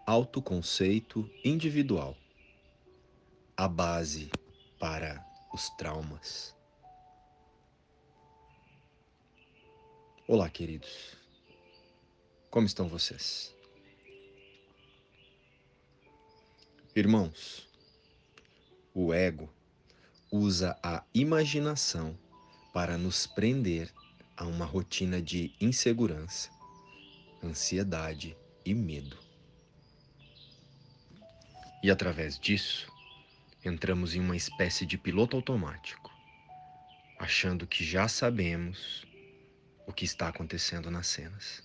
Autoconceito individual, a base para os traumas. Olá, queridos. Como estão vocês? Irmãos, o ego usa a imaginação para nos prender a uma rotina de insegurança, ansiedade e medo. E através disso, entramos em uma espécie de piloto automático, achando que já sabemos o que está acontecendo nas cenas.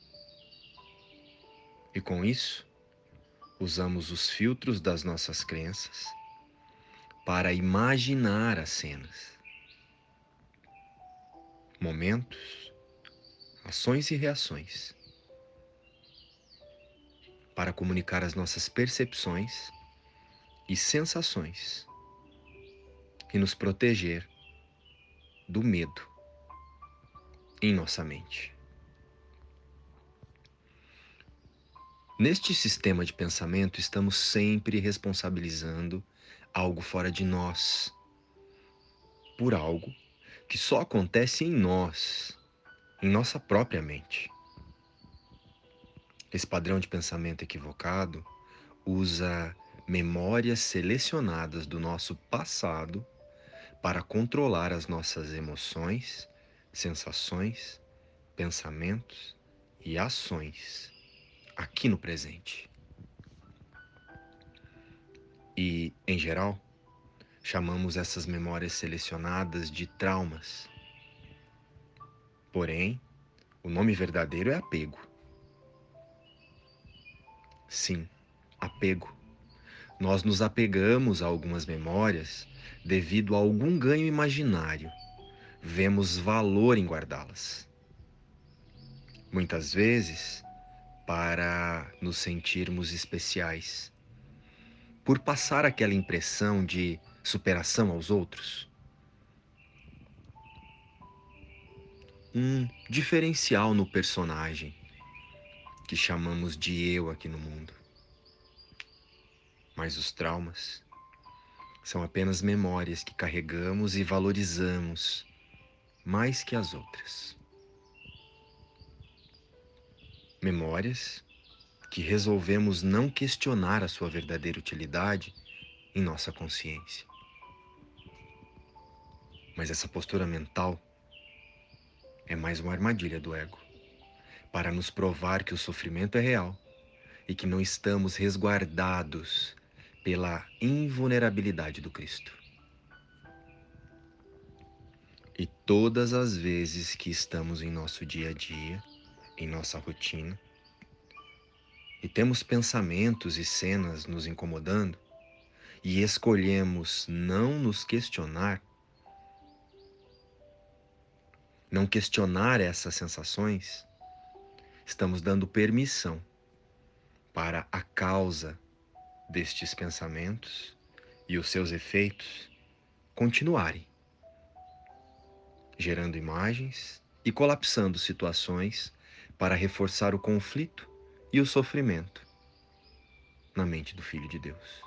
E com isso, usamos os filtros das nossas crenças para imaginar as cenas, momentos, ações e reações, para comunicar as nossas percepções e sensações e nos proteger do medo em nossa mente. Neste sistema de pensamento, estamos sempre responsabilizando algo fora de nós por algo que só acontece em nós, em nossa própria mente. Esse padrão de pensamento equivocado usa memórias selecionadas do nosso passado para controlar as nossas emoções, sensações, pensamentos e ações aqui no presente. E, em geral, chamamos essas memórias selecionadas de traumas. Porém, o nome verdadeiro é apego. Sim, apego. Nós nos apegamos a algumas memórias devido a algum ganho imaginário. Vemos valor em guardá-las. Muitas vezes, para nos sentirmos especiais, por passar aquela impressão de superação aos outros, um diferencial no personagem que chamamos de eu aqui no mundo. Mas os traumas são apenas memórias que carregamos e valorizamos mais que as outras. Memórias que resolvemos não questionar a sua verdadeira utilidade em nossa consciência. Mas essa postura mental é mais uma armadilha do ego, para nos provar que o sofrimento é real e que não estamos resguardados pela invulnerabilidade do Cristo. E todas as vezes que estamos em nosso dia a dia, em nossa rotina, e temos pensamentos e cenas nos incomodando, e escolhemos não nos questionar, não questionar essas sensações, estamos dando permissão para a causa destes pensamentos e os seus efeitos continuarem, gerando imagens e colapsando situações para reforçar o conflito e o sofrimento na mente do Filho de Deus.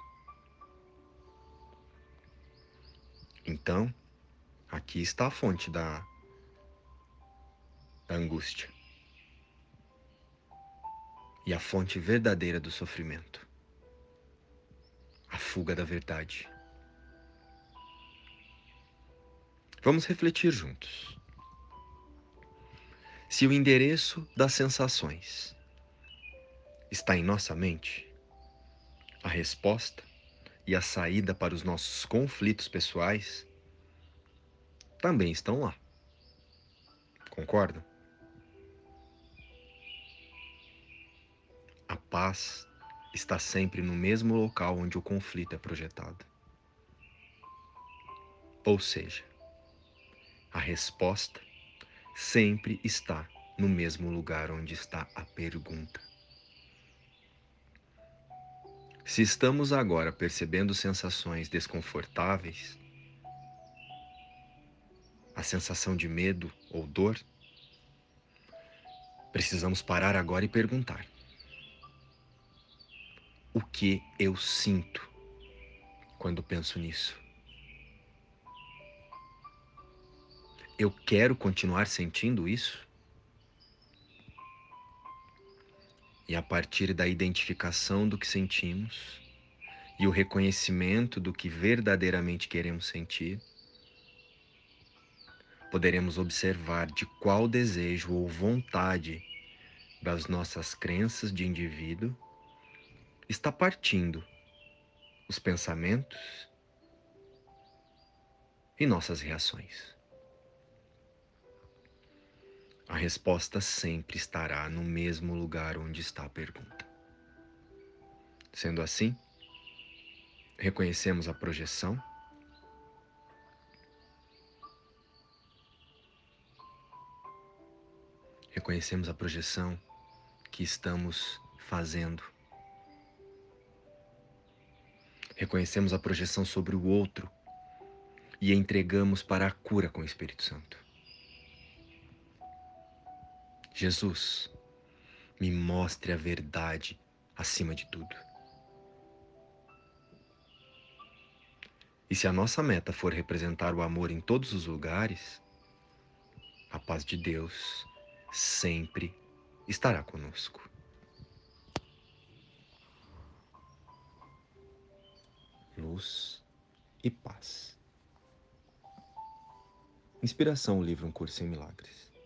Então, aqui está a fonte da angústia e a fonte verdadeira do sofrimento, a fuga da verdade. Vamos refletir juntos. Se o endereço das sensações está em nossa mente, a resposta e a saída para os nossos conflitos pessoais também estão lá. Concordam? A paz está sempre no mesmo local onde o conflito é projetado. Ou seja, a resposta sempre está no mesmo lugar onde está a pergunta. Se estamos agora percebendo sensações desconfortáveis, a sensação de medo ou dor, precisamos parar agora e perguntar: o que eu sinto quando penso nisso. Eu quero continuar sentindo isso? E a partir da identificação do que sentimos e o reconhecimento do que verdadeiramente queremos sentir, poderemos observar de qual desejo ou vontade das nossas crenças de indivíduo está partindo os pensamentos e nossas reações. A resposta sempre estará no mesmo lugar onde está a pergunta. Sendo assim, reconhecemos a projeção, que estamos fazendo. Reconhecemos a projeção sobre o outro e entregamos para a cura com o Espírito Santo. Jesus, me mostre a verdade acima de tudo. E se a nossa meta for representar o amor em todos os lugares, a paz de Deus sempre estará conosco. Luz e paz. Inspiração, o livro Um Curso em Milagres.